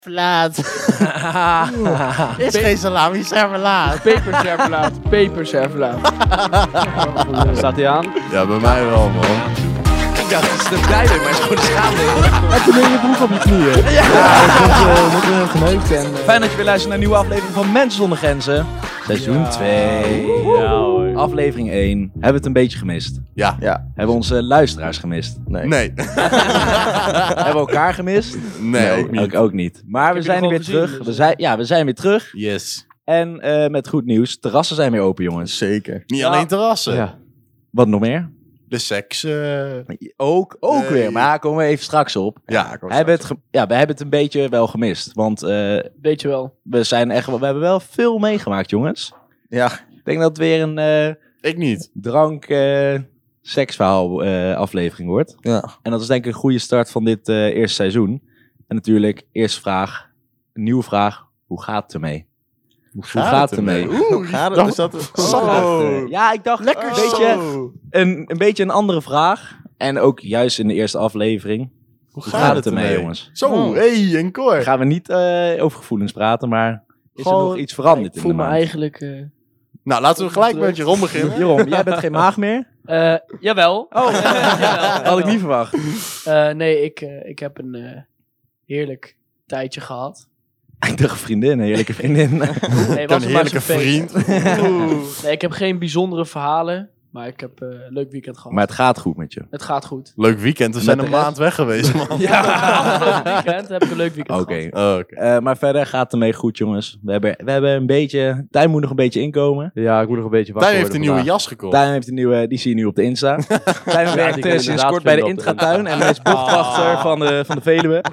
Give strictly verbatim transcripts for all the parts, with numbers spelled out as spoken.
Servelaat. Is geen salami, servelaat. Peperservelaat, peperservelaat. Staat hij aan? Ja, bij mij wel, man. Ja, dat is de blij mee, maar het is gewoon de schaamde. En toen ben je broek op je knieën. Ja, ja ik ben geneukt. En, uh... Fijn dat je weer luistert naar een nieuwe aflevering van Mensen Zonder Grenzen. Seizoen twee. Ja, hoor. Aflevering één. Hebben we het een beetje gemist? Ja. Ja. Hebben we onze luisteraars gemist? Nee. Nee. Hebben we elkaar gemist? Nee, Nee, ook niet. Ook, ook niet. Maar we je zijn nog weer wel gezien, terug. dus- We zijn, ja, we zijn weer terug. Yes. En uh, met goed nieuws. Terrassen zijn weer open, jongens. Zeker. Niet Ja. alleen terrassen. Ja. Wat nog meer? De seks. eh, Ook, ook Nee. weer. Maar daar komen we even straks op. Ja. We hebben, het ge- ja, we hebben het een beetje wel gemist. Want uh, Weet je wel. we, zijn echt, wel- we hebben wel veel meegemaakt, jongens. Ja. Ik denk dat het weer een uh, Ik niet. drank uh, seksverhaal uh, aflevering wordt. Ja. En dat is denk ik een goede start van dit uh, eerste seizoen. En natuurlijk, eerste vraag, een nieuwe vraag. Hoe gaat het ermee? Hoe gaat het ermee? Hoe gaat het? Is dat het? Hoe gaat het, uh, ja, ik dacht Lekker een beetje, zo. een, een beetje een andere vraag. En ook juist in de eerste aflevering. Hoe Hoe gaat het ermee, jongens? Zo, Oh. hey, en Cor. Gaan we niet uh, over gevoelens praten, maar is er Gewoon- nog iets veranderd Ik in voel de me maand? eigenlijk... Uh, Nou, laten we gelijk met Jeroen beginnen. Jeroen, jij bent geen maag meer? uh, jawel. Oh, Jawel, had ik niet verwacht. Uh, nee, ik, uh, ik heb een uh, heerlijk tijdje gehad. Ik dacht een vriendin, een heerlijke vriendin. Nee, Een was er maar heerlijke zo'n feest. vriend. Oeh. Nee, ik heb geen bijzondere verhalen. Maar ik heb uh, een leuk weekend gehad. Maar het gaat goed met je. Het gaat goed. Leuk weekend. We Met zijn de een rest? maand weg geweest, man. Afgelopen weekend heb ik een leuk weekend Oké. gehad. Oh, oké. Eh, maar verder gaat het ermee goed, jongens. We hebben, we hebben een beetje... Tijn moet nog een beetje inkomen. Ja, ik moet nog een beetje wakker Tijn heeft een worden nieuwe vandaag. jas gekocht. Tijn heeft een nieuwe... Die zie je nu op de Insta. Tijn die werkt kan uh, je sinds inderdaad kort bij de vinden op de Intratuin. En hij is boswachter van de, van de Veluwe.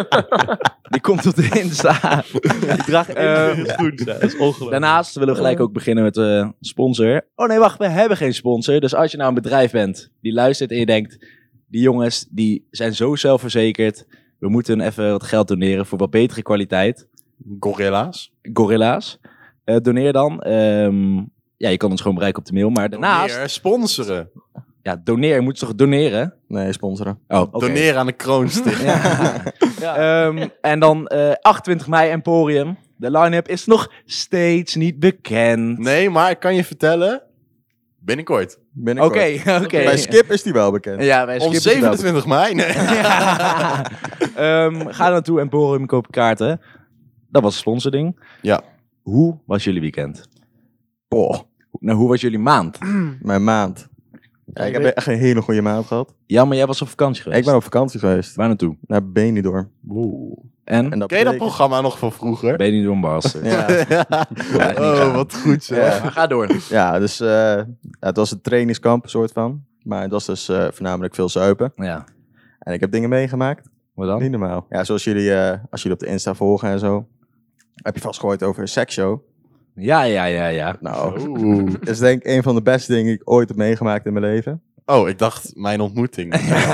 Die komt op de Insta. Ik draag Eh, één keer goed. Ja, dat is ongelooflijk. Daarnaast willen we gelijk ook beginnen met de sponsor. Oh nee, wacht, we hebben geen sponsor. Dus als je nou een bedrijf bent die luistert en je denkt... Die jongens, die zijn zo zelfverzekerd. We moeten hun even wat geld doneren voor wat betere kwaliteit. Gorilla's. Gorilla's. Eh, doneer dan. Ehm, ja, je kan ons gewoon bereiken op de mail. Maar daarnaast... Doneer, sponsoren. Ja, doneer. Je moet toch doneren? Nee, sponsoren. Oh, oké. Doneer aan de Kroonstichting. Ja. Ja. Ehm, en dan eh, achtentwintig mei Emporium. De line-up is nog steeds niet bekend. Nee, maar ik kan je vertellen. Binnenkort. Binnenkort. Oké, oké. Bij Skip is die wel bekend. Ja, wij Om skippen het wel. zevenentwintig mei. Nee. Ja. Ehm, ga er naartoe, Emporium, koop kaarten. Dat was het sponsording. Ja. Hoe was jullie weekend? Boah, Nou, hoe was jullie maand? mijn maand. Ja, ik heb echt een hele goede maand gehad. Ja, maar jij was op vakantie geweest. Ik ben op vakantie geweest. Waar naartoe? Naar Benidorm. En? En dat Ken je dat betekent- programma nog van vroeger? Ben je niet door een bastard? Ja, Ja, niet Oh, gaan. wat goed zeg. Ja. Maar ga door. ja, dus eh, ja, het was een trainingskamp, soort van. Maar het was dus eh, voornamelijk veel zuipen. Ja. En ik heb dingen meegemaakt. Wat dan? Niet normaal. Ja, zoals jullie, eh, als jullie op de Insta volgen en zo. Heb je vast gehoord over een seksshow. Ja, ja, ja, ja. Nou, Oeh. dat is denk ik een van de beste dingen die ik ooit heb meegemaakt in mijn leven. Oh, ik dacht mijn ontmoeting.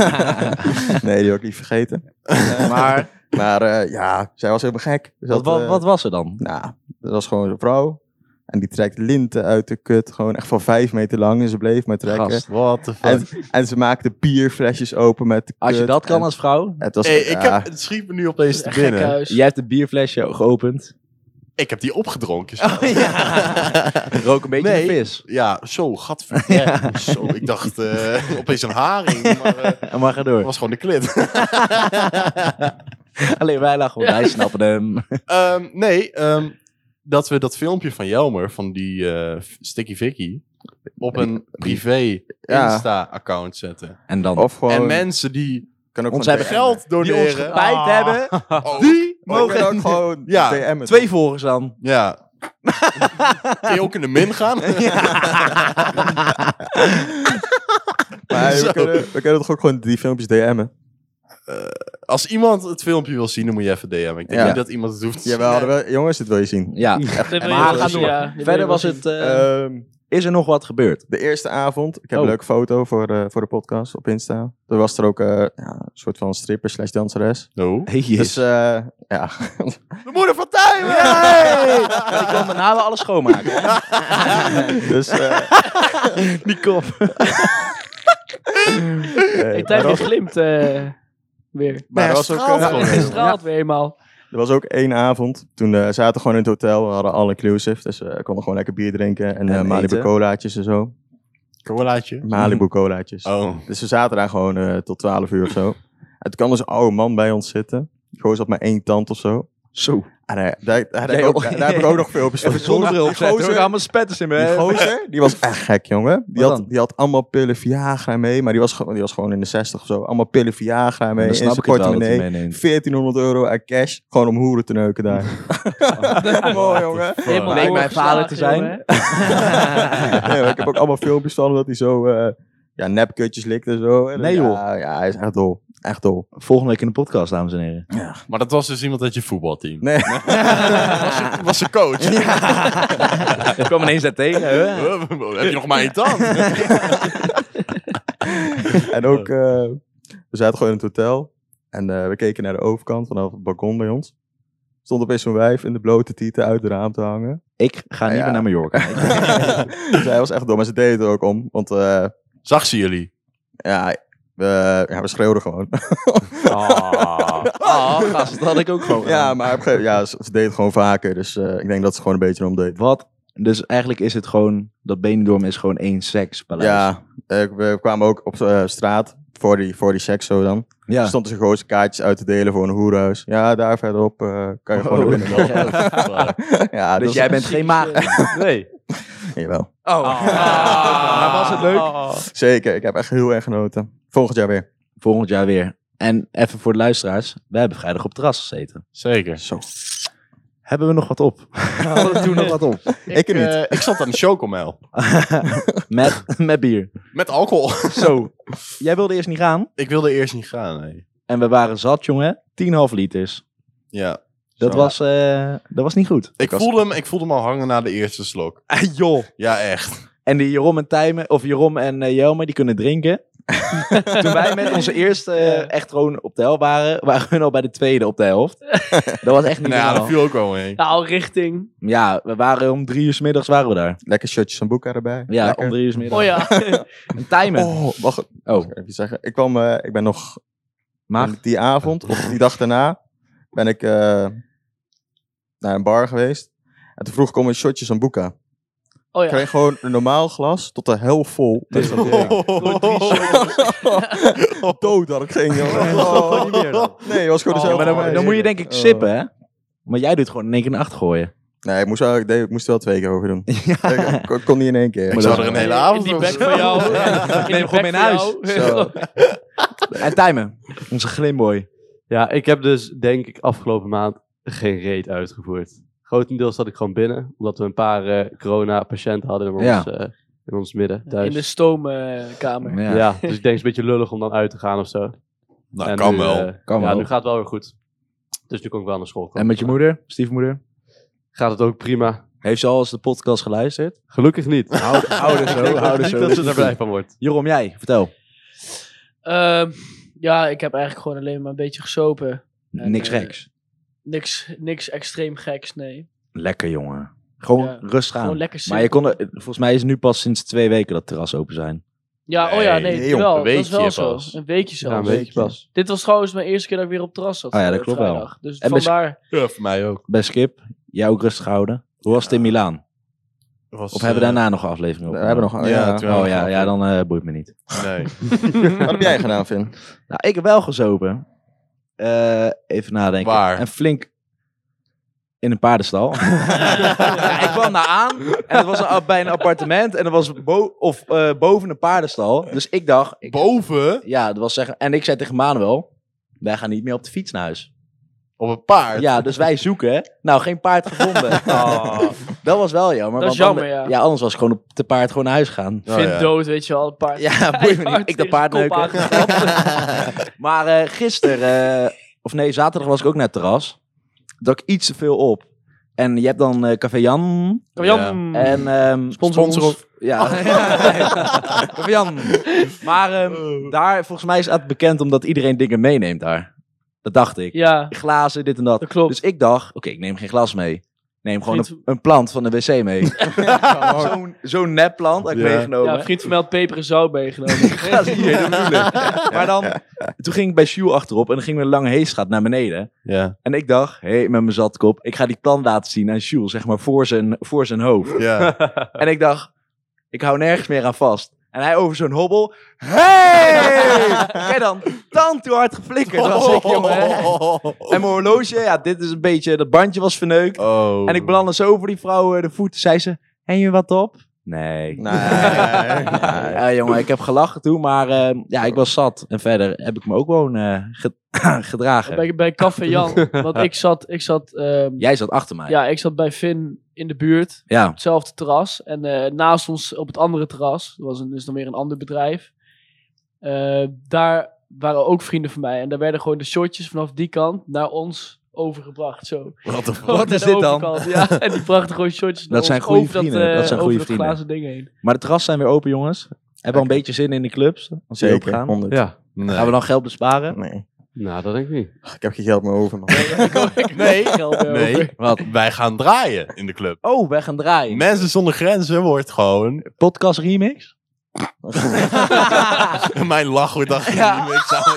Nee, die heb ik niet vergeten. Maar Maar eh, ja, zij was helemaal gek. Dus wat, dat, wat, eh, wat was er dan? Nou, dat was gewoon een vrouw. En die trekt linten uit de kut. Gewoon echt van vijf meter lang. En ze bleef maar trekken. Gast. What the fuck. En, en ze maakte bierflesjes open met de Als je kut. dat kan En als vrouw. Het was, Hey, ik ja, heb, het schiet me nu opeens te Echt binnen. gekhuis. Jij hebt een bierflesje geopend. Ik heb die opgedronken. Rook een beetje Nee. naar vis. Ja, zo, gadverdamme. Zo, ik dacht eh, opeens een haring, maar eh, En maar ga het door. was gewoon de klit. Alleen wij lachen, want wij snappen hem. Ehm, nee, ehm, dat we dat filmpje van Jelmer, van die eh, Sticky Vicky, op een privé Ja. Insta-account zetten. En dan Of gewoon... En mensen die kan ook ons gewoon hebben D M'en. geld die ons doneren, gepijpt Ah. hebben, oh, die Maar je kan mogen ook gewoon Ja, D M'en. twee volgers dan. ja. Kun je ook in de min gaan? Maar Zo. we kunnen, we kunnen toch ook gewoon die filmpjes D M'en. Als iemand het filmpje wil zien, dan moet je even D M'en. Ik denk Ja. niet dat iemand het hoeft te Ja, we zien. hadden wel... Jongens, dit wil je zien. Ja, Dit wil je maar wel ga zien, door. ja. Dit wil Verder je was wel het... zien. eh, Ehm, is er nog wat gebeurd? de eerste avond. Ik heb Oh. een leuke foto voor, eh, voor de podcast op Insta. Er was er ook eh, ja, een soort van stripper slash danseres. Oh. Hey, Dus eh, ja... De moeder van Tijmen! Ja, die kon daarna wel alles schoonmaken. dus eh, Die kop. eh, Ik maar heb dat- je glimt eh, weer. Maar hij dat was ook... straalt eh, gewoon. Hij straalt weer eenmaal. Er was ook één avond. Toen uh, zaten we gewoon in het hotel. We hadden all-inclusive. Dus we uh, konden gewoon lekker bier drinken. En, uh, En Malibu eten. colaatjes en zo. Colaatje. Malibu colaatjes. Oh. Dus we zaten daar gewoon uh, tot twaalf uur of zo. En toen kwam dus een oude man bij ons zitten. Gewoon zat maar één tand of zo. Zo. En uh, daar, daar, daar, Jij ook, ook- daar, daar heb ik ook nog filmpjes van. Even zonnebril Die opzetten. gozer- We gaan allemaal spetters in Die me. gozer, die was echt gek, jongen. Die Wat had, dan? die had allemaal pillen Viagra mee, maar die was, gewoon- die was gewoon in de zestig of zo. Allemaal pillen Viagra mee, Dan in snap zijn ik het wel dat hij portemonnee. meeneemt. veertienhonderd euro uit cash, gewoon om hoeren te neuken daar. Mooi, jongen. Helemaal Bleek mijn vader te zijn. doorgeslagen, Nee, hoor, ik heb ook allemaal filmpjes van dat hij zo uh, ja, nepkutjes likt en zo. En, Nee, ja, joh. Ja, hij is echt dol. Echt dol. Volgende week in de podcast, dames en heren. Maar dat was dus iemand uit je voetbalteam. Nee. was, je, was je coach. Ik kwam ineens daar tegen. hè? Heb je nog maar één tand? En ook, uh, we zaten gewoon in het hotel. En uh, we keken naar de overkant vanaf het balkon bij ons. Stond opeens zo'n wijf in de blote tieten uit het raam te hangen. Ik ga niet Ja. meer naar Mallorca. Dus hij was echt dom. Maar ze deed het er ook om. Want uh, Zag ze jullie? ja, we, ja, we schreeuwden gewoon. Ah. Oh, gast, dat had ik ook gewoon ja, gedaan. maar op een gegeven- ja, ze, ze deed het gewoon vaker. Dus uh, ik denk dat ze gewoon een beetje om deed. Wat? Dus eigenlijk is het gewoon, dat Benidorm is gewoon één sekspaleis. Ja, uh, we kwamen ook op uh, straat. Voor die, voor die seks zo dan. ja. Er stonden ze gewoon kaartjes uit te delen voor een hoerhuis. Ja, daar verderop uh, kan je gewoon Oh, naar binnen lopen. ja, Dus dat jij is- bent geen maag. Nee. Jawel. Oh. Maar was het leuk? Zeker, ik heb echt heel erg genoten. Volgend jaar weer. Volgend jaar weer. En even voor de luisteraars. We hebben vrijdag op het terras gezeten. Zeker. Zo. Hebben we nog wat op? Hadden we toen nog wat op? Ik er niet. eh, ik zat aan de chocomel. met, met bier. Met alcohol. Zo. Jij wilde eerst niet gaan. Ik wilde eerst niet gaan, nee. En we waren zat, jongen. tien komma vijf liters. Ja. Dat Zo. was, eh, dat was niet goed. Ik was- voelde, hem, ik voelde hem al hangen na de eerste slok. joh. Ja, echt. En die Jeroen en Tijmen, of Jeroen en uh, Jelmer, die kunnen drinken. Toen wij met onze eerste eh, echt gewoon op de helft waren, waren we al bij de tweede op de helft. Dat was echt niet Nou ja, dat normaal. viel ook wel mee. Nou, richting. Ja, we waren om drie uur 's middags waren we daar. Lekker shotjes en boeken erbij. Ja, Lekker. om drie uur 's middags. Oh ja. En Tijmen. Oh, wacht. Oh, Even zeggen. Ik kwam, uh, ik ben nog maar die avond, of die dag daarna, ben ik uh, naar een bar geweest. En toen vroeg ik om een shotjes en boeken. Oh Ik ja. kreeg gewoon een normaal glas tot de helft vol. Dus dat Gewoon drie shotjes. dood dat ik ging, jongen. Gewoon niet meer dan. Nee, het was gewoon Oh, dezelfde. maar dan, prijs. dan moet je denk ik Oh. sippen, hè? Maar jij doet gewoon in één keer een acht gooien. Nee, ik moest, wel, ik, deed, ik moest er wel twee keer over doen. Ik kon, kon niet in één keer. Ik Maar zou dat- er een hele In avond die over bek van jou. Ja. In die Neem gewoon bek mee van naar jou. Zo. En Tijmen, onze glimboy. Ja, ik heb dus denk ik afgelopen maand geen reet uitgevoerd. Grotendeels zat ik gewoon binnen, omdat we een paar eh, corona-patiënten hadden in ons, Ja. eh, in ons midden thuis. In de stoomkamer. Ja. ja. dus ik denk het is een beetje lullig om dan uit te gaan of zo. Nou, En kan nu, wel. eh, Kan ja, wel. nu gaat het wel weer goed. Dus nu kon ik wel naar school komen. En met je moeder, stiefmoeder? Gaat het ook prima. Heeft ze al eens de podcast geluisterd? Gelukkig niet. Hou, hou er Ik zo, denk hou er niet zo. dat ze er blij van wordt. Jeroen, jij, vertel. Ehm, ja, ik heb eigenlijk gewoon alleen maar een beetje gesopen. En, Niks eh, geks. Niks, niks extreem geks, nee. Lekker, jongen. Gewoon Ja, rustig aan. Gewoon lekker Maar je simpel. kon er, volgens mij is het nu pas sinds twee weken dat terras open zijn. Ja, oh ja, Nee, nee, nee, jong, jawel, een dat is wel weekje zo. pas. Een weekje Ja, een zelfs. beetje pas. Dit was trouwens mijn eerste keer dat ik weer op het terras zat. Oh ja, dat eh, klopt wel. vrijdag. Dus En bes- vandaar... Ja, voor mij ook. Bij Skip, jij ook rustig houden. Hoe was het in Milaan? Was, Of hebben we eh, daarna nog een aflevering We op? hebben nog... Ja, Ja, toen- Oh ja, ja dan eh, boeit me niet. Nee. Wat heb jij gedaan, Finn? Nou, ik heb wel gezopen. Eh, even nadenken. Waar? En flink in een paardenstal. Ja, ik kwam daar aan en het was een, bij een appartement en dat was bo of, eh, boven een paardenstal. Dus ik dacht... Ik, Boven ja, dat was zeggen... En ik zei tegen Manuel, wij gaan niet meer op de fiets naar huis. op een paard. Ja, dus wij zoeken. Nou, geen paard gevonden. Ah. Dat was wel jammer. Dat is want jammer, ander- ja. anders was ik gewoon op de paard gewoon naar huis gaan. Oh, Vind ja. dood, weet je wel, het paard. Ja, boeit me niet. Ik de paard Tegen zijn kop neuken. Maar eh gisteren, eh, of nee, zaterdag was ik ook naar het terras. Dat ik iets te veel op. En je hebt dan eh, Café Jan. Kom Jan. En ehm Sponsor ons. ons. Ja. Café Jan. Maar ehm, daar, volgens mij is het bekend omdat iedereen dingen meeneemt daar. Dat dacht ik. Ja, Glazen, dit en dat. dat klopt. Dus ik dacht, oké, ik neem geen glas mee. Neem gewoon Vriend- een, een plant van de wc mee. Zo'n zo'n nepplant had ik Ja. meegenomen. Ja, een vriend van mij had peper en zout meegenomen. Ja, zie je, dat bedoel ik. Maar dan, toen ging ik bij Sjoel achterop en dan ging we een lange heestraat naar beneden. Ja. En ik dacht, hé, hey, met mijn zatkop, ik ga die plant laten zien aan Sjoel, zeg maar, voor zijn, voor zijn hoofd. Ja. En ik dacht, ik hou nergens meer aan vast. En hij over zo'n hobbel. Hey! Kijk dan, tand toe hard geflikkerd was ik, jongen. En mijn horloge, ja, dit is een beetje, dat bandje was verneukt. Oh. En ik belandde zo voor die vrouw eh, de voeten. Zei ze, heb je wat op? Nee. Nee. Ja, jongen, ik heb gelachen toen, maar eh, ja, ik was zat. En verder heb ik me ook gewoon eh, ge- gedragen. bij, bij Café Jan. Want ik zat, ik zat, ehm, Jij zat achter mij. ja, ik zat bij Finn in de buurt. Ja. Hetzelfde terras. En eh, naast ons op het andere terras, dat was een, dus dan weer een ander bedrijf. eh, daar waren ook vrienden van mij. En daar werden gewoon de shotjes vanaf die kant naar ons overgebracht. Zo. Wat de Wat Naar is de dit dan? overkant, Ja, en die brachten gewoon shotjes naar Dat zijn ons goede over vrienden, Dat, eh, dat zijn goede over vrienden. glazen ding heen. Maar de terrassen zijn weer open, jongens. Hebben al een beetje zin in de clubs. Als die open Zeker, gaan. honderd. Ja, Nee. Gaan we dan geld besparen? Nee. nou, dat denk ik niet. Ik heb geen geld meer over, man. Nee. Geld erover. Nee. Wat? Wij gaan draaien in de club. Oh, wij gaan draaien. Mensen zonder grenzen wordt gewoon... Podcast remix? Mijn lach wordt dan Ja. remix samen.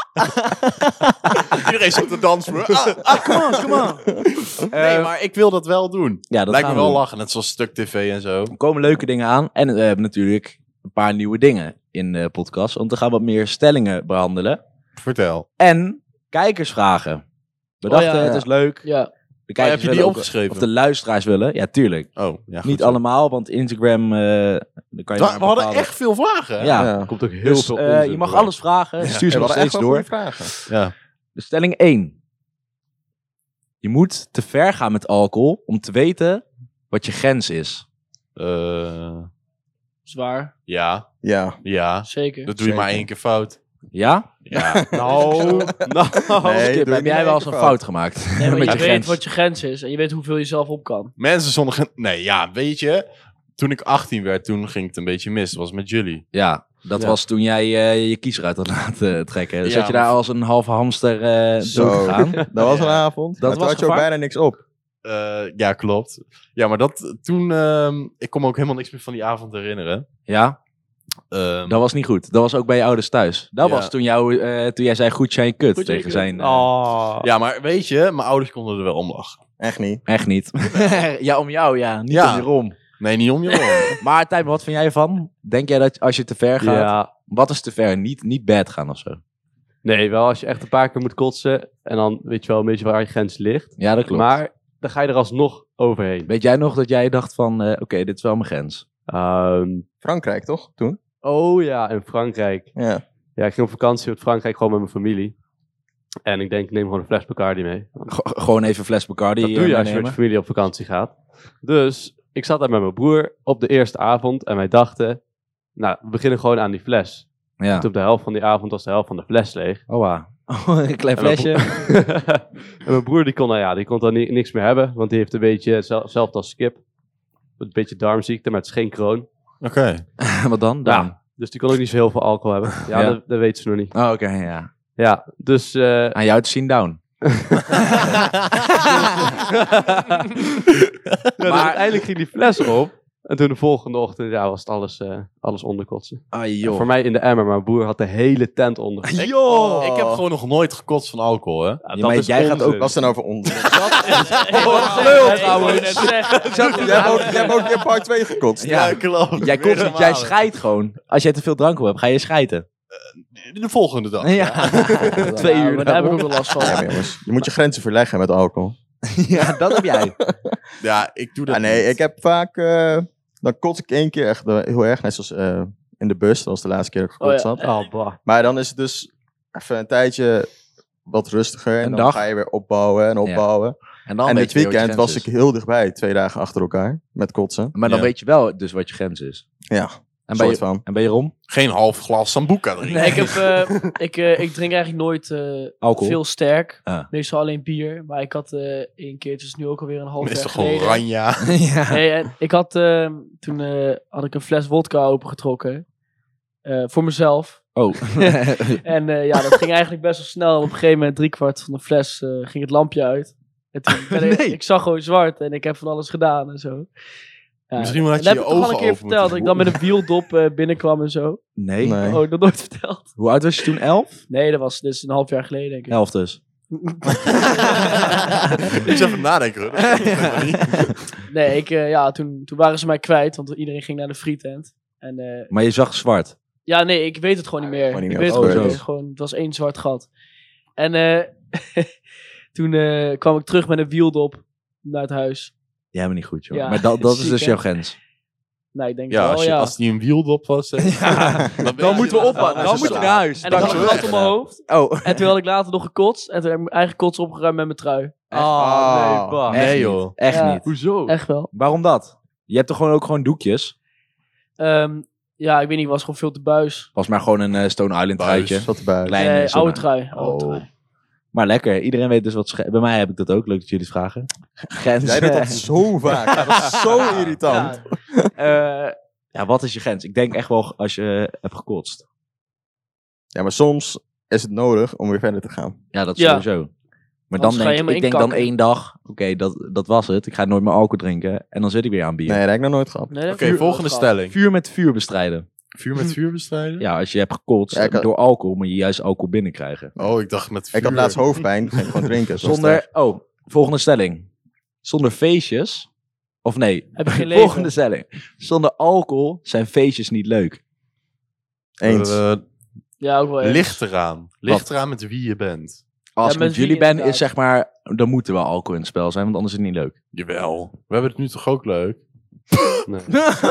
Iedereen zit te dansen. Ah, Ah, come on, come on. nee, maar ik wil dat wel doen. Ja, dat Lijkt me gaan we wel doen. lachen, net zoals Stuk T V en zo. Er komen leuke dingen aan. En we hebben natuurlijk een paar nieuwe dingen in de podcast. Want we gaan wat meer stellingen behandelen. Vertel. En kijkersvragen. We Oh, dachten, ja. het is leuk. Ja, De Maar kijkers heb je die willen ook- opgeschreven? Of de luisteraars willen. Ja, tuurlijk. Oh, ja, goed Niet zo. allemaal, want Instagram... eh dan kan je We, maar we hadden bepaalde- echt veel vragen. hè? Ja, Ja. Er komt ook heel dus veel eh, onzin je mag voor. alles vragen. Ja. Stuur ze Ja, we nog hadden steeds echt wel door. goede vragen. Ja. De stelling één. Je moet te ver gaan met alcohol om te weten wat je grens is. Eh, zwaar. ja, Ja. ja. Zeker. Dat doe je Zeker. maar één keer fout. Ja? Ja. Nou, nou. Nee, Skip, doe heb je jij niet wel eens één een keer fout gemaakt? Nee, maar met je je weet grens. wat je grens is. En je weet hoeveel je zelf op kan. Mensen zonder gren- Nee, ja, weet je. Toen ik achttien werd, toen ging het een beetje mis. Dat was met jullie. Ja, dat Ja. was toen jij eh, je kiezer uit had laten trekken. Dus Ja, zat je daar maar- als een halve hamster eh Zo. doodgegaan. Dat was een Ja. avond. Dat Dat was had je ook gevaar? bijna niks op. Eh, ja, klopt. Ja, maar dat toen... ehm, ik kon me ook helemaal niks meer van die avond herinneren. Ja, Ehm, dat was niet goed. Dat was ook bij je ouders thuis. Dat Ja. was toen, jou, eh, toen jij zei goed zijn kut Goed zijn tegen kut. zijn... eh, Oh. Ja, maar weet je, mijn ouders konden er wel om lachen. Echt niet. Echt niet. ja, om jou, ja. Niet Ja. om je rom. Nee, niet om je om. Maar Tijm, wat vind jij van? Denk jij dat als je te ver gaat... Ja, Wat is te ver? Niet, niet bad gaan of zo. nee, wel als je echt een paar keer moet kotsen. En dan weet je wel een beetje waar je grens ligt. Ja, dat klopt. Maar dan ga je er alsnog overheen. Weet jij nog dat jij dacht van... eh, Oké, dit is wel mijn grens. Ehm, Frankrijk, toch? Toen? oh ja, in Frankrijk. Ja. Ja, ik ging op vakantie uit Frankrijk gewoon met mijn familie. En ik denk, ik neem gewoon een fles Bacardi mee. G- gewoon even fles Bacardi Dat eh, doe je als je met meenemen. je familie op vakantie gaat. Dus ik zat daar met mijn broer op de eerste avond. En wij dachten, nou, we beginnen gewoon aan die fles. Ja. Toen op de helft van die avond was de helft van de fles leeg. Oh, wow. Oh, een klein En mijn flesje. broer- en mijn broer die kon, nou ja, die kon dan ni- niks meer hebben. Want die heeft een beetje, zel- hetzelfde als Skip. Een beetje darmziekte, maar het is geen kroon. Oké. Wat dan? Dan. Ja, dus die kon ook niet zo heel veel alcohol hebben. Ja, Ja. Dat, dat weten ze nog niet. Oh, oké, ja. Ja, dus... eh, Aan jou te zien down. ja, dus uiteindelijk ging die fles erop. En toen de volgende ochtend ja, was het alles, eh, alles onderkotsen. Ah, En joh. voor mij in de emmer, maar mijn broer had de hele tent onder. Ik, Joh. ik heb gewoon nog nooit gekotst van alcohol, hè. Ja, Ja, maar jij gaat ook- Wat is er nou voor ons? Wat gelul, trouwens. Jij hebt ook, jij hebt ook in part twee gekotst. Ja, klopt. Jij, komt niet, jij scheidt gewoon. Als jij te veel drank op hebt, ga je schijten. De volgende dag. Ja. Twee Ja, uur. maar daar heb ik daarop. ook wel last van. Ja, maar jongens, je moet je grenzen verleggen met alcohol. Ja, dat heb jij. Ja, ik doe dat Ah, nee, niet. ik heb vaak... eh, dan kots ik één keer echt eh, heel erg. Net zoals eh, in de bus. Dat was de laatste keer dat ik Oh, gekotst ja. had. Oh, bah. Maar dan is het dus even een tijdje wat rustiger. En Een dan dag. ga je weer opbouwen en opbouwen. En, dan en weet dit je weer wat je weekend grens was is. ik heel dichtbij. Twee dagen achter elkaar. Met kotsen. Maar dan Ja. weet je wel dus wat je grens is. Ja, En ben soort je, van. en ben je rom? Geen half glas sambuca drinken. Nee, ik, heb, eh, ik, eh, ik drink eigenlijk nooit eh, Alcohol? veel sterk. Ah. Meestal alleen bier. Maar ik had eh één keer, het is nu ook alweer een half jaar Meestal gewoon geleden. oranje. ja. Nee, en ik had, eh, toen eh, had ik een fles wodka opengetrokken. eh, voor mezelf. Oh. En eh, ja, dat ging eigenlijk best wel snel. Op een gegeven moment, driekwart van de fles, eh, ging het lampje uit. En toen ben ik, Nee. ik zag gewoon zwart en ik heb van alles gedaan en zo. Ja. Misschien had En je dat je heb ik toch al ogen een keer open verteld, dat moeten ik dan met een wieldop eh, binnenkwam en zo. Nee. Nee. Oh, dat nooit verteld. Hoe oud was je toen? Elf? Nee, dat was dus een half jaar geleden, denk ik. Elf dus. Ik zou even nadenken. hoor. Dat kan helemaal niet. Nee, ik, eh, ja, toen, toen waren ze mij kwijt, want iedereen ging naar de frietent. En eh, Maar je zag zwart. ja, nee, ik weet het gewoon niet meer. Gewoon niet ik meer weet wat het gewoon er niet gebeurd meer. Gewoon, het was één zwart gat. En eh, toen eh, kwam ik terug met een wieldop naar het huis. Jij bent niet goed, joh. Ja, maar dat, dat is ziek, dus hè? jouw grens. Nou, ik denk Ja, wel, als, je, ja. als die een wieldop was, hè, dan, Dan moeten we oppassen. Dan Dan moet je naar huis. En dan had ik een gat op mijn hoofd. Oh. En toen had ik later nog gekotst. En toen heb ik mijn eigen kots opgeruimd met mijn trui. Oh, nee, bah. Echt Nee, niet. joh. Echt Ja. niet. Hoezo? Echt wel. Waarom dat? Je hebt toch gewoon ook gewoon doekjes? Ehm, ja, ik weet niet, het was gewoon veel te buis. Was maar gewoon een eh, Stone Island Buis. truitje. Zat erbij. Kleine Nee, zonne. oude trui. Oude Oh. trui. Maar lekker. Iedereen weet dus wat... sche- Bij mij heb ik dat ook. Leuk dat jullie het vragen. Grens. Jij doet dat zo vaak. Ja, dat is zo irritant. Ja. Eh, ja, wat is je grens? Ik denk echt wel als je eh, hebt gekotst. Ja, maar soms is het nodig om weer verder te gaan. Ja, dat is Ja. sowieso. Maar dan Anders ga je denk ik, helemaal ik denk dan inkakken. één dag, oké, dat, dat was het. Ik ga nooit meer alcohol drinken. En dan zit ik weer aan bier. Nee, dat heb ik nog nooit gehad. Nee, dat Oké, heb ik volgende nooit gehad. stelling. Vuur met vuur bestrijden. Vuur met vuur bestrijden? Ja, als je hebt gekotst Ja, ik had- door alcohol, moet je juist alcohol binnenkrijgen. Oh, ik dacht met vuur. Ik had laatst hoofdpijn, ging gewoon drinken. zoals Zonder, oh, volgende stelling. Zonder feestjes, of nee, Heb je geen leven. volgende stelling. Zonder alcohol zijn feestjes niet leuk. het eens. Eh, Ja, ook wel eens. ligt eraan. Ligt eraan met wie je bent. Als Ja, ik met met wie jullie ben, inderdaad. is zeg maar, dan moet er wel alcohol in het spel zijn, want anders is het niet leuk. Jawel. We hebben het nu toch ook leuk? Nee.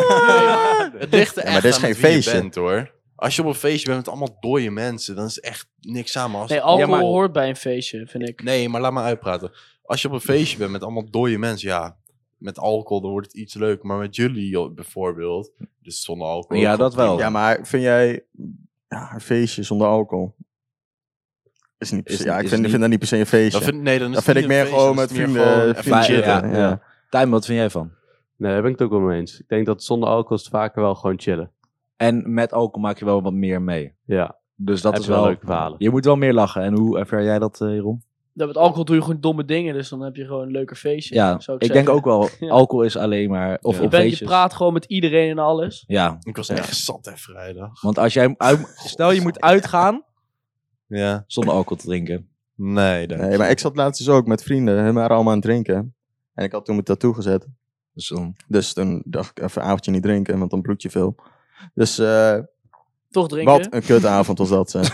Het ligt er Ja, maar echt dit is aan geen met wie feestje. je bent, hoor. Als je op een feestje bent met allemaal dode mensen, dan is het echt niks aan. Maar als Nee, alcohol Ja, maar- hoort bij een feestje, vind ik. Nee, maar laat maar uitpraten. Als je op een feestje bent met allemaal dode mensen, ja, met alcohol dan wordt het iets leuk. Maar met jullie joh, bijvoorbeeld, dus zonder alcohol. Ja, dat wel. Ja, maar vind jij ja, een feestje zonder alcohol? Is niet per se- Is- ja, ik is vind, niet- vind dat niet per se een feestje. Dan vind, nee, dan is Dat het vind ik niet meer een gewoon feestje, met dat is meer vrienden, gewoon even vrienden chillen. chillen. ja. Ja. Tijm, wat vind jij van? Nee, daar ben ik het ook wel mee eens. Ik denk dat zonder alcohol is het vaker wel gewoon chillen. En met alcohol maak je wel wat meer mee. Ja, Dus dat heb is je wel wel... leuke verhalen. Je moet wel meer lachen. En hoe ervaar jij dat, eh, Jeroen? Ja, met alcohol doe je gewoon domme dingen, dus dan heb je gewoon een leuker feestje. Ja, zou ik, ik denk zeggen. ook wel, Ja. alcohol is alleen maar... Of Ja. Je, op bent, je feestjes. praat gewoon met iedereen en alles. Ja, Ik was echt zat hè, vrijdag. want als jij... uit- stel je moet uitgaan Ja. zonder alcohol te drinken. Nee, dank Nee, je. maar ik zat laatst dus ook met vrienden. Hun waren allemaal aan het drinken. En ik had toen mijn tattoo gezet. Dus dan... Dus toen dacht ik even een avondje niet drinken, want dan bloed je veel. Dus eh, Toch drinken. wat een kutavond was dat. Zeg.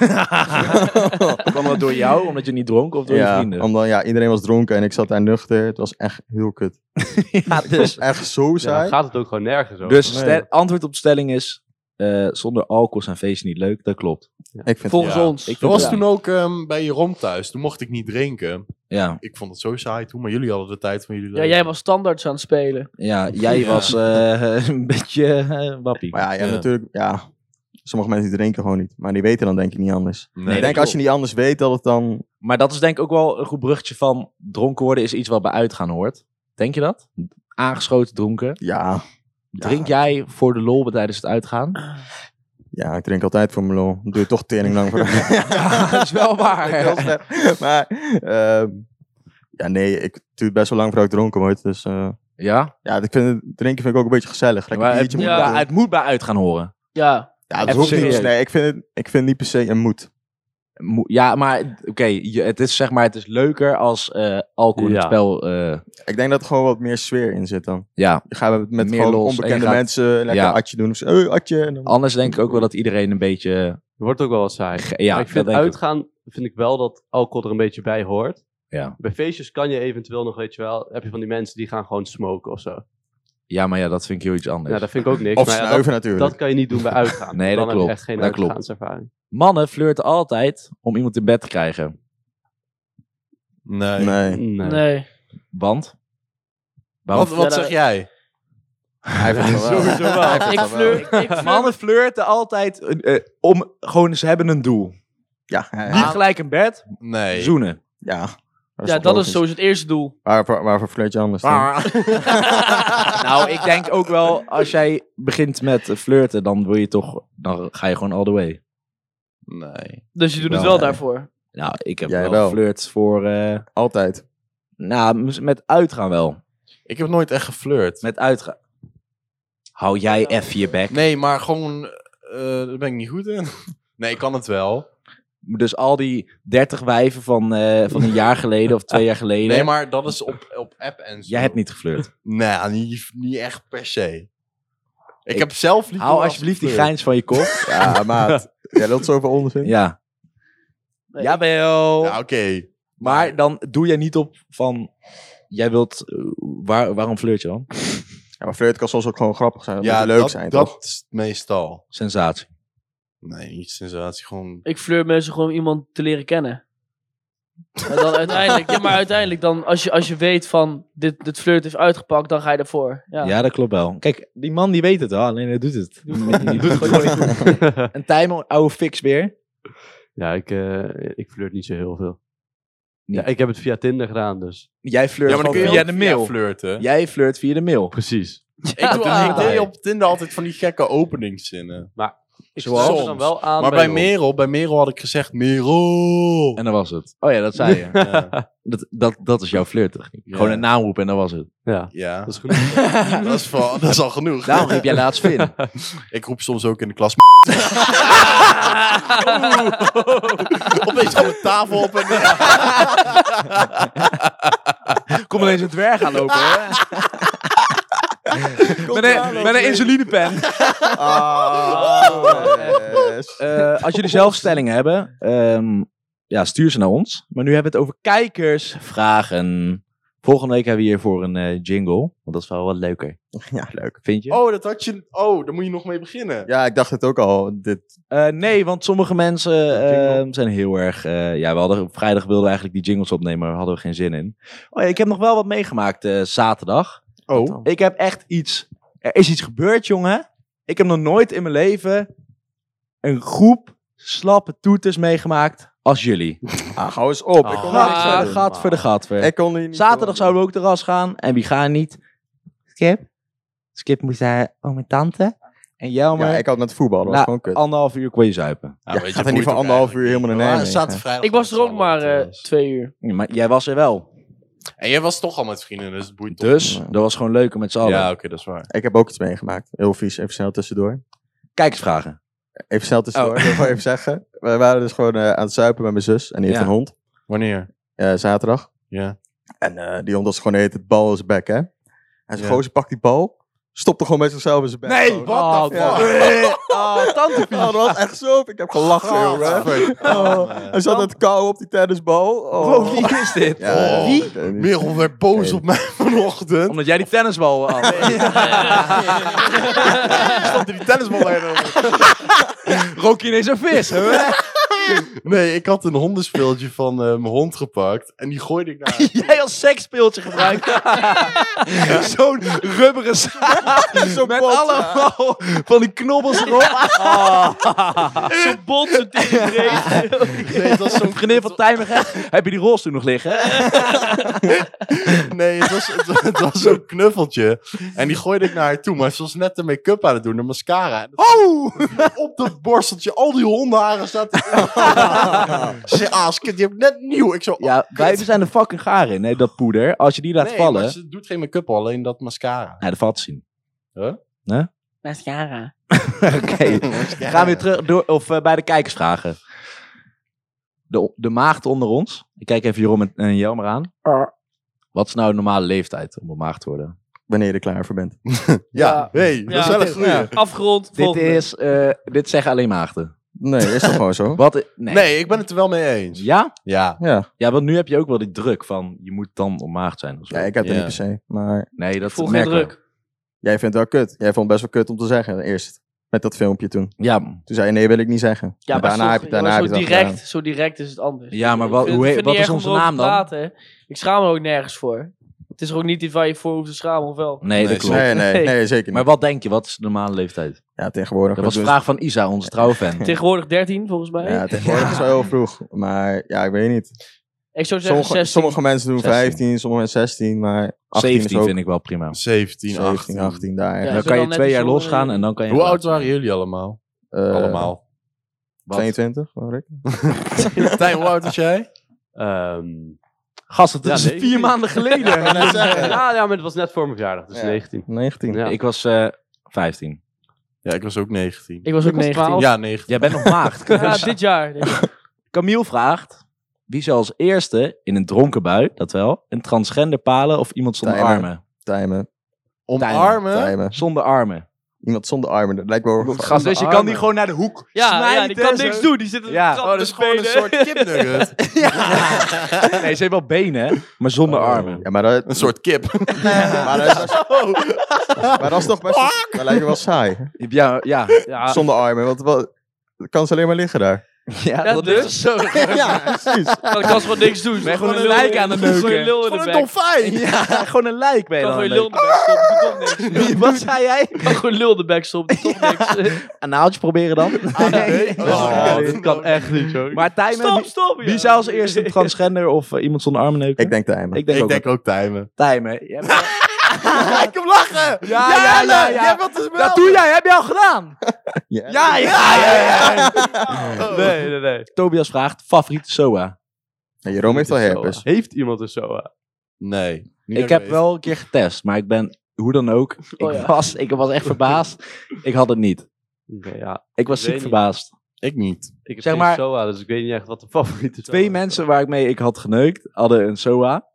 Kwam dat door jou, omdat je niet dronk, of door je ja, vrienden? omdat ja, iedereen was dronken en ik zat daar nuchter. Het was echt heel kut. Ja, Het was echt zo Ja, dan saai. gaat het ook gewoon nergens over. dus Nee. stel- antwoord op de stelling is... eh, zonder alcohol zijn feesten niet leuk. Dat klopt. Ik vind Volgens Ja. ons. Ik Dat was Ja. toen ook ehm, bij Jeroen thuis. Toen mocht ik niet drinken. Ja, Ik vond het zo saai toen, maar jullie hadden de tijd van jullie Ja, leven. jij was standaards aan het spelen. ja jij Ja. was eh, een beetje eh, wappie. Maar ja, je hebt Ja. natuurlijk, ja, sommige mensen die drinken gewoon niet. Maar die weten dan denk ik niet anders. Nee, ik denk dat als je niet anders weet dat het dan... Maar dat is denk ik ook wel een goed bruggetje van... dronken worden is iets wat bij uitgaan hoort. Denk je dat? Aangeschoten dronken. Ja, Drink jij voor de lol tijdens het uitgaan? ja, ik drink altijd voor mijn lol. Dan doe je toch tering lang voor. Ja, dat is wel waar. Heel slecht. Maar, ehm, ja, nee, ik doe het best wel lang voordat ik dronken word. Dus eh, Ja? ja, ik vind het, drinken vind ik ook een beetje gezellig. Lekker Maar het, biertje moet moet Ja. bij, doen. het moet bij uitgaan horen. Ja, Ja, dat even hoeft niet. serieus. Nee, ik vind, het, ik vind niet per se een moed. Mo- Ja, maar oké, je- het is zeg maar, het is leuker als eh, alcohol in het Ja. spel. eh, Ik denk dat er gewoon wat meer sfeer in zit dan. ja, Je gaat met, met Meer gewoon los en je onbekende gaat- mensen lekker Ja. atje doen. Of zo, hey, atje. En dan... anders denk ik ook wel dat iedereen een beetje. Het wordt ook wel wat saai. ge- Ja, Maar ik dat vind denk ik ook. uitgaan, vind ik wel dat alcohol er een beetje bij hoort. Ja. Bij feestjes kan je eventueel nog, weet je wel, heb je van die mensen die gaan gewoon smoken of zo. Ja, maar ja, dat vind ik heel iets anders. Ja, dat vind ik ook niks. Of maar ja, snuiven dat, natuurlijk. dat kan je niet doen bij uitgaan. Nee, dat Dan heb klopt. je echt geen Dat klopt. uitgaanservaring. Mannen flirten altijd om iemand in bed te krijgen. Nee. Nee. Nee. nee. Want? Waarom? Wat, wat Ja, zeg jij? Hij vindt het wel. Sowieso wel. Hij vindt Ik het wel. flirt, ik flirt. Mannen flirten altijd eh, eh, om gewoon, ze hebben een doel. Ja, ja, Niet gelijk in bed, Nee. zoenen. ja. Ja, toch dat is logisch. sowieso het eerste doel. Waarvoor, waarvoor flirt je anders dan? Nou, ik denk ook wel, als jij begint met eh, flirten, dan wil je toch, dan ga je gewoon all the way. Nee. Dus je doet het Wel, wel nee. daarvoor. Nou, ik heb Jij wel wel. geflirt voor, eh, Altijd. Nou, mis- met uitgaan wel. Ik heb nooit echt geflirt. Met uitgaan. Hou jij even je bek. Nee, maar gewoon... eh daar ben ik niet goed in. Nee, ik kan het wel. Dus al die dertig wijven van, eh, van een jaar geleden of twee jaar geleden. Nee, maar dat is op, op app en zo. Jij hebt niet geflirt. Nee, niet, niet echt per se. Ik, Ik- heb zelf niet... Hou alsjeblieft die grijns van je kop. Ja, maat. Jij lult zoveel onzin. Ja. Nee, Jawel. Ja, oké. Maar dan doe jij niet op van... Jij wilt... eh, waar, waarom flirt je dan? Ja, maar flirt kan soms ook gewoon grappig zijn. Dat Ja, moet leuk dat, zijn, dat toch? is het meestal. Sensatie. Nee, niet sensatie, gewoon... Ik flirt mensen gewoon om iemand te leren kennen. En dan uiteindelijk, ja, maar uiteindelijk dan, als je, als je weet van, dit, dit flirt heeft uitgepakt, dan ga je ervoor. Ja. Ja. dat klopt wel. Kijk, die man die weet het wel, alleen hij doet het. Doe gewoon Die doet het gewoon niet goed. En Tijmen, oude fixbeer. Ja, ik, uh, ik flirt niet zo heel veel. Niet. Ja, ik heb het via Tinder gedaan, dus. Jij flirt Ja, maar dan kun je via ook de mail. via flirten. Jij flirt via de mail. Precies. Ik doe Ja. ik deed op Tinder altijd van die gekke openingszinnen. Ik Zoals? sluit me dan wel aan Maar bij Merel. Merel, bij Merel had ik gezegd Merel. En dan was het. Oh ja, dat zei je. Ja. Dat, dat, dat is jouw flirttechniek. Ja. Gewoon een naam roepen en dat was het. Ja, Ja, dat is genoeg. dat is, wel, dat is al genoeg. Daarom riep jij laatst Finn. Ik roep soms ook in de klas. Opeens van de tafel op en... Kom ineens een dwerg aanlopen, hè? met een, met een insulinepen. Ah, yes. Eh, als jullie zelf stellingen hebben, ehm, ja, stuur ze naar ons. Maar nu hebben we het over kijkersvragen. Volgende week hebben we hiervoor een eh, jingle. Want dat is wel wat leuker. Ja, leuk. Vind je? Oh, dat had je... Oh, daar moet je nog mee beginnen. Ja, ik dacht het ook al. Dit, Eh, nee, want sommige mensen eh, Jingle. zijn heel erg... eh, ja, we hadden, op vrijdag wilden we eigenlijk die jingles opnemen, maar hadden we geen zin in. Oh ja, ik heb nog wel wat meegemaakt eh, zaterdag. Oh. Ik heb echt iets... Er is iets gebeurd, jongen. Ik heb nog nooit in mijn leven een groep slappe toeters meegemaakt als jullie. ah, hou eens op. Ik kon er niks Ah, aan doen. gat voor de gatver. Ik kon hier niet Zaterdag door. zouden we ook terras gaan. En wie gaan niet? Skip. Skip moest naar oom en tante. En Jelmer, Ja, ik had met voetbal. Dat was nou, gewoon kut. anderhalf uur kon je zuipen. Ja, gaat er niet van anderhalf uur helemaal naar Nijmegen. Zaten vrijdag Ik was er ook met z'n maar allen eh, trouwens. twee uur. Ja, maar jij was er wel. En jij was toch al met vrienden, dus het boeit toch Dus, Ja. dat was gewoon leuker met z'n niet. allen. Ja, oké, dat is waar. Ik heb ook iets meegemaakt. Heel vies. Even snel tussendoor. Kijkersvragen. Even snel tussendoor. Oh. Ik wil gewoon even zeggen. We waren dus gewoon eh, aan het zuipen met mijn zus. En die heeft Ja. een hond. Wanneer? eh, zaterdag. Ja. En eh, die hond was gewoon heet het bal in zijn bek, hè. En zo'n Ja. gozer pakt die bal. Stopt er gewoon met zichzelf in zijn bek. Nee, Gewoon. wat de Ja. fuck? Oh, tante Oh, dat was echt zo. Ik heb gelachen, jongen. Oh, hij zat het kou op die tennisbal. Oh. Wow, wie is dit? Ja, Oh. ik weet niet. Merel werd boos Nee. op mij vanochtend. Omdat jij die tennisbal had. Stond die tennisbal bij Rook je ineens een vis? hè? Nee, ik had een hondenspeeltje van eh, mijn hond gepakt. En die gooide ik naar... Jij als seksspeeltje gebruikt. Zo'n rubberen zaak. Zo'n Met pot, ja. allemaal van die knobbels erop. Zo bot, zo tegenbreed. Nee, het was zo'n Vriendin van Tijmen, heb je die rolstoel nog liggen? Nee, het was, het, was- het was zo'n knuffeltje. En die gooide ik naar haar toe. Maar ze was net de make-up aan het doen, de mascara. En dat- Oh! op dat borsteltje, al die hondenharen zaten. Ze zei, ah, skit, die heb ik net nieuw. Ik zo, oh, Ja, wij zijn er fucking gaar in, hè, dat poeder. Als je die laat nee, vallen... maar ze doet geen make-up, alleen dat mascara. Ja, dat valt te zien. Huh? Mascara. Oké, we gaan weer terug door, of, uh, bij de kijkersvragen. De, de maagd onder ons. Ik kijk even Jeroen en, en Jelmer aan. Wat is nou de normale leeftijd om een maagd te worden? Wanneer je er klaar voor bent. Ja, Ja. hey, dat is Ja. wel een goeie. Ja. Afgerond, Dit, volgende. is, uh, dit zeggen alleen maagden. Nee, is toch gewoon zo? Wat, i- nee. Nee, ik ben het er wel mee eens. Ja? Ja. Ja. Ja, want nu heb je ook wel die druk van je moet dan om maagd zijn of zo. ja, ik heb het Ja. niet per se. Maar Ik Nee, dat voel geen merken we. druk. jij vindt het wel kut. Jij vond het best wel kut om te zeggen eerst. Met dat filmpje toen. Ja, Toen zei je nee, wil ik niet zeggen. Ja, Maar maar daarna zo, heb je, daarna ja, heb zo je het direct, wel zo direct is het anders. Ja, maar Ik wat- vind- hoe ik heet- vind het wat niet is erg om onze erover naam te dan? praten, hè. Ik schaam me er ook nergens voor. Het is er ook niet iets waar je voor hoeft te schamen, of wel? nee, dat Nee, klopt. Nee, nee, Nee. nee, zeker niet. Maar wat denk je? Wat is de normale leeftijd? ja, tegenwoordig. Dat was doen een ze- vraag van Isa, onze trouwe fan. Tegenwoordig dertien, volgens mij. Ja, tegenwoordig is wel heel vroeg. Maar ja, ik weet niet. Ik zou zeggen Sommige, zestien. sommige mensen doen zestien. vijftien, sommige mensen zestien. Maar achttien zeventien is ook vind ik wel prima. zeventien, zeventien, achttien. achttien daar. Ja, Dan zo kan je dan net twee iets jaar jonger, losgaan eh. en dan kan je... Hoe oud waren jullie allemaal? Eh, Allemaal. Wat? tweeëntwintig, hoor ik. Tijn, hoe oud was jij? Ehm, Gast, dat Ja, is negentien. vier maanden geleden. Ja, ja, maar het was net voor mijn verjaardag, dus Ja. negentien. negentien. Ja. Ik was uh, vijftien. Ja, ik was ook negentien. Ik was ook Ik was negentien. twaalf. Ja, negentien. Jij bent nog maagd. Ja, dit jaar. Dit jaar. Camille vraagt, wie zal als eerste in een dronken bui, dat wel, een transgender palen of iemand zonder Timen. armen? Timen. Omarmen? Timen. Zonder armen. Iemand zonder armen. Dat lijkt me wel... Gast, dus je kan die gewoon naar de hoek Ja, smijten. ja, die kan zo. niks doen. Die zit op Ja. de trap Oh, te dat is gewoon een spelen. soort kipnugget. Nee, ze heeft wel benen, maar zonder Oh. armen. Ja, maar dat... Een soort kip. maar, dat is, maar dat is toch best... Dat lijkt me wel saai. Ja, ja. Ja, Zonder armen. Want wat, kan ze alleen maar liggen daar. ja, ja, dat dus. is Zo. Ja, precies. Dan kan ze gewoon niks doen. Ben je gewoon een lul- lijk aan het gewoon neuken. een lul in de Gewoon een bek. dolfijn. Ja, gewoon een lijk ben je Kan dan. gewoon je een lul in de bek stoppen. Doe toch niks. beetje. Wat zei jij? Kan gewoon lul in de bek stoppen. Doe toch niks. Een naaltje proberen dan? nee. Oh, dit kan echt niet, joh. Maar Tijmen, Stop, wie, stop. wie zou als eerste een transgender of uh, iemand zonder armen neuken? Ik denk timen. Ik denk Ik ook denk ook timen. Tijmen. Jij bent- Kijk hem lachen! Ja, ja, ja, ja. Jij wilt het wel. Dat doe jij, heb je al gedaan. Ja, Ja, ja, ja, ja. Nee, nee, nee. Tobias vraagt, favoriete S O A? En Jeroen heeft al herpes. Heeft iemand een S O A? Nee. niet Ik dat heb weet. wel een keer getest, maar ik ben, hoe dan ook, ik, Oh ja. was, ik was echt verbaasd. Ik had het niet. Nee, ja. Ik was Ik ziek weet niet. verbaasd. Ik niet. Ik heb Zeg geen maar- S O A, dus ik weet niet echt wat de favoriete S O A Twee is. mensen waar ik mee ik had geneukt, hadden een S O A.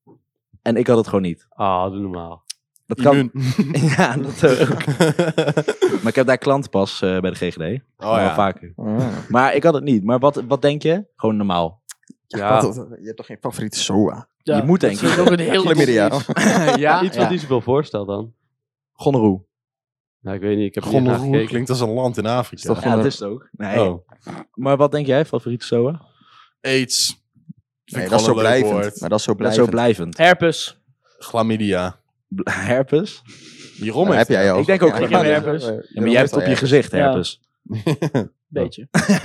En ik had het gewoon niet. Ah, doe normaal. Dat kan. Immuun. Ja, dat ook. Maar ik heb daar klantenpas uh, bij de G G D. Oh Wel ja. vaker. Ah. Maar ik had het niet. Maar wat, wat denk je? Gewoon normaal. Ja, Wat, je hebt toch geen favoriete S O A? Ja, Je moet dat denken. vind ik ook een heel Chlamydia. dom iets. ja, iets wat niet zoveel voorstelt dan. Gonorroe. Nou, ik weet niet, ik heb er niet naar Gonorroe gekeken. klinkt als een land in Afrika. Is toch Ja, dat is het ook. Nee. Oh. Maar wat denk jij, favoriete S O A? AIDS. Vind Nee, ik dat is zo gewoon een leuk blijvend. woord. Maar dat is zo Dat is blijvend. zo blijvend. Herpes. Chlamydia. Bl- Herpes? Hierom Dat heeft heb jij al. Ik denk ook Ja, gewoon ik heb herpes. herpes. Ja, maar jij hebt het op je gezicht, Ja. herpes. Beetje.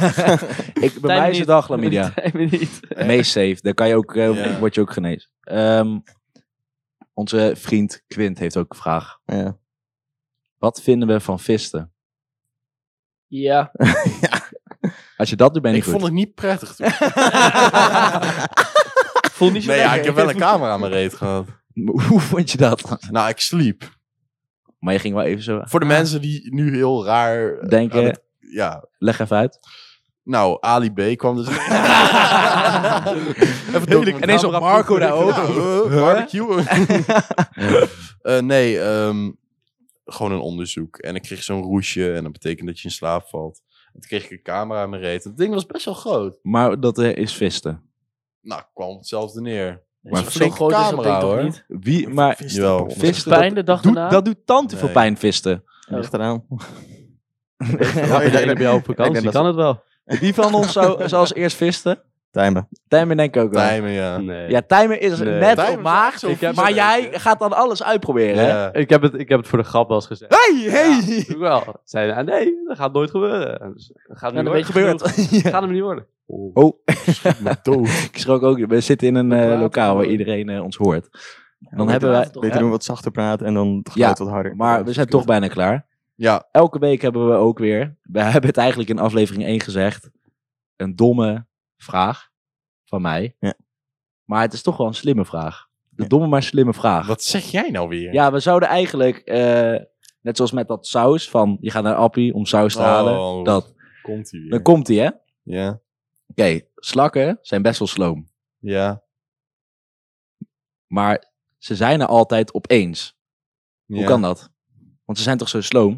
Ik, bij mij is het wel chlamydia. Tijmen niet. Meest safe. Daar kan je ook, uh, Ja. word je ook genezen. Um, onze vriend Quint heeft ook een vraag. Ja. Wat vinden we van visten? Ja. Als je dat doet, ben je Ik niet vond goed. het niet prettig toen. Voel niet zo Nee, ja, lekker. ik heb wel een camera aan mijn reet gehad. Hoe vond je dat? Nou, ik sliep. Maar je ging wel even zo... Voor de mensen die nu heel raar... eh, Denken- aan het- ja, Leg even uit. nou, Ali B kwam dus... Even Heerlijk. Ineens op Marco daar ook. Ja, uh, barbecue. Eh, nee, ehm, gewoon een onderzoek. En ik kreeg zo'n roesje en dat betekent dat je in slaap valt. En toen kreeg ik een camera aan mijn reet. Het ding was best wel groot. Maar dat uh, is visten. Nou, ik kwam op hetzelfde neer. Maar Zo'n zo groot is dat camera, ding toch hoor. niet? Wie, maar Jawel. visten, Pijn de dat, dag doet, daarna? dat doet tante veel Nee. pijn, visten. Ligt eraan. Ja, ik denk dat bij jou op Ik vakantie denk dat- kan het wel. Wie van ons zou, zou als eerst visten? Timen. Tijmen denk ik ook wel. Tijmen, ja. Nee. Ja, Tijmen is Nee. net Tijmen op is maag, zo vies, maar weet jij je. gaat dan alles uitproberen, hè? Ja. Ik heb, het, ik heb het voor de grap wel eens gezegd. Hey, hey! Doe ik wel. Zeiden, ah, nee, dat gaat nooit gebeuren. Dus, dat gaat Ja, niet dan worden. weet je Dat Ja. gaat hem niet worden. Oh, Maar dood. ik schrok ook. We zitten in een We eh, praten lokaal waar gewoon. iedereen eh, ons hoort. Dan Ja, hebben wij... toch, Beter hè? doen we wat zachter praten en dan het geluid wat harder. Maar we zijn toch bijna klaar. Ja, Elke week hebben we ook weer... We hebben het eigenlijk in aflevering één gezegd. Een domme vraag van mij. Ja. Maar het is toch wel een slimme vraag. De Ja. domme maar slimme vraag. wat zeg jij nou weer? Ja, we zouden eigenlijk... eh, net zoals met dat saus van... Je gaat naar Appie om saus te Oh, halen. Dat, Komt hij weer. dan komt die, hè? Oké, Ja, slakken zijn best wel sloom. ja. Maar ze zijn er altijd opeens. ja. Hoe kan dat? Want ze zijn toch zo sloom?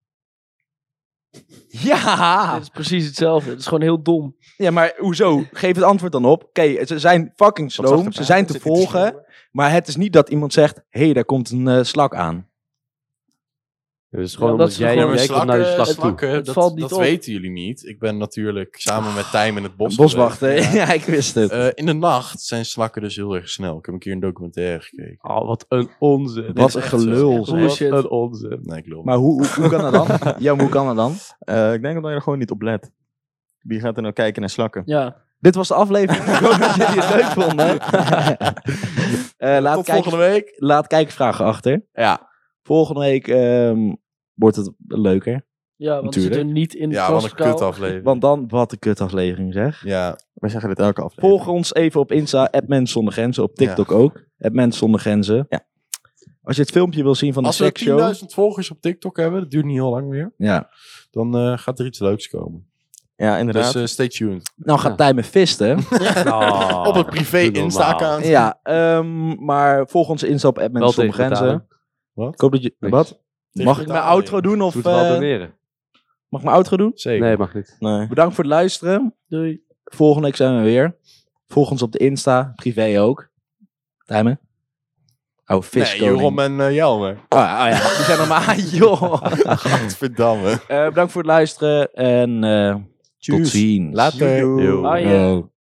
Ja! Het is precies hetzelfde. Het is gewoon heel dom. Ja, maar hoezo? Geef het antwoord dan op. Oké, ze zijn fucking Wat sloom. zachter Ze zijn te praten, zit iets volgen. Maar het is niet dat iemand zegt... Hé, hey, daar komt een eh, slak aan. Dus gewoon Ja, omdat dat is jij, gewoon- jij komt naar de slag toe. slakken, Het dat, valt niet dat op. weten jullie niet. Ik ben natuurlijk samen met Tijm in het bos Boswachten. geweest. Ja. ik wist het. Eh, in de nacht zijn slakken dus heel erg snel. Ik heb een keer een documentaire gekeken. Oh, wat een onzin. Dit Wat is een echt zo. gelul. Echt zeg. bullshit. Wat een onzin. Nee, ik lul. Maar hoe, hoe, hoe kan dat dan? Ja, maar hoe kan dat dan? Eh, ik denk dat je er gewoon niet op let. Wie gaat er nou kijken naar slakken? Ja. Dit was de aflevering. Ik hoop dat jullie het leuk vonden. Eh, laat, Tot kijken, volgende week. laat kijkvragen achter. Ja. Volgende week ehm, wordt het leuker. Ja, want Natuurlijk. we zitten niet in de Ja, wat een klaslokaal. kutaflevering. Want dan, wat een kutaflevering zeg. Ja, Wij zeggen dit elke aflevering. Volg ons even op Insta, at Mens Zonder Grenzen. Op TikTok ook, at Mens Zonder Grenzen. Ja. Als je het filmpje wil zien van de als we seksshow... tienduizend volgers op TikTok hebben, dat duurt niet heel lang meer, Ja. dan uh, gaat er iets leuks komen. Ja, inderdaad. Dus uh, stay tuned. Nou gaat Ja. Tijmen visten. Oh, Op het privé doe normaal. Insta-account. Ja, um, maar volg onze Insta op at Mens Wel Zonder tegen Grenzen. Wat? Ik hoop dat je... Niks. Wat? Tegen Mag ik mijn betalen, outro doen? Of Moet wel uh, doneren. mag ik mijn outro doen? Zeker. Nee, mag niet. Nee. Bedankt voor het luisteren. Doei. Volgende week zijn we weer. Volg ons op de Insta, privé ook. Tijmen? Oh, Nee, viskoning. Jeroen en uh, Jelmer. Oh, ja, oh ja, die zijn normaal. Joh. Gadverdamme. Uh, bedankt voor het luisteren en uh, tot ziens. Later. Yo. Bye. Oh.